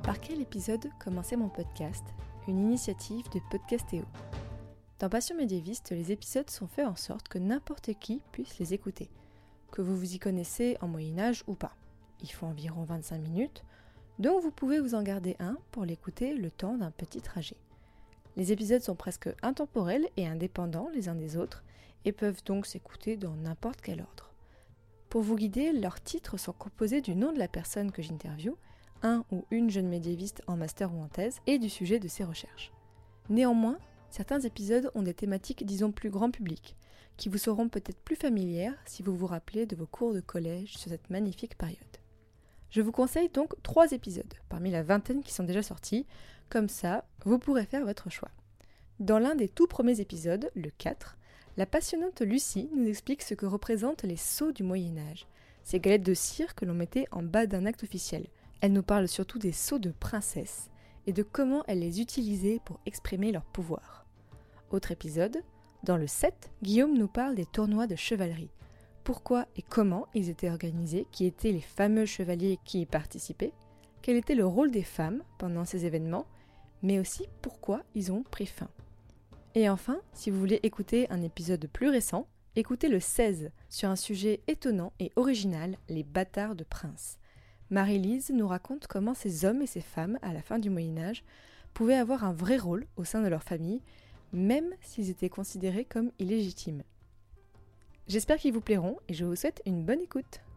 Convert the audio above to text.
Par quel épisode commençait mon podcast, une initiative de Podcastéo. Dans Passion médiéviste, les épisodes sont faits en sorte que n'importe qui puisse les écouter, que vous vous y connaissez en Moyen-Âge ou pas. Ils font environ 25 minutes, donc vous pouvez vous en garder un pour l'écouter le temps d'un petit trajet. Les épisodes sont presque intemporels et indépendants les uns des autres et peuvent donc s'écouter dans n'importe quel ordre. Pour vous guider, leurs titres sont composés du nom de la personne que j'interviewe, un ou une jeune médiéviste en master ou en thèse, et du sujet de ses recherches. Néanmoins, certains épisodes ont des thématiques disons plus grand public, qui vous seront peut-être plus familières si vous vous rappelez de vos cours de collège sur cette magnifique période. Je vous conseille donc 3 épisodes, parmi la vingtaine qui sont déjà sortis, comme ça, vous pourrez faire votre choix. Dans l'un des tout premiers épisodes, le 4, la passionnante Lucie nous explique ce que représentent les sceaux du Moyen-Âge, ces galettes de cire que l'on mettait en bas d'un acte officiel. Elle nous parle surtout des sceaux de princesses et de comment elles les utilisaient pour exprimer leur pouvoir. Autre épisode, dans le 7, Guillaume nous parle des tournois de chevalerie. Pourquoi et comment ils étaient organisés, qui étaient les fameux chevaliers qui y participaient, quel était le rôle des femmes pendant ces événements, mais aussi pourquoi ils ont pris fin. Et enfin, si vous voulez écouter un épisode plus récent, écoutez le 16 sur un sujet étonnant et original, les bâtards de princes. Marie-Lise nous raconte comment ces hommes et ces femmes, à la fin du Moyen-Âge, pouvaient avoir un vrai rôle au sein de leur famille, même s'ils étaient considérés comme illégitimes. J'espère qu'ils vous plairont et je vous souhaite une bonne écoute.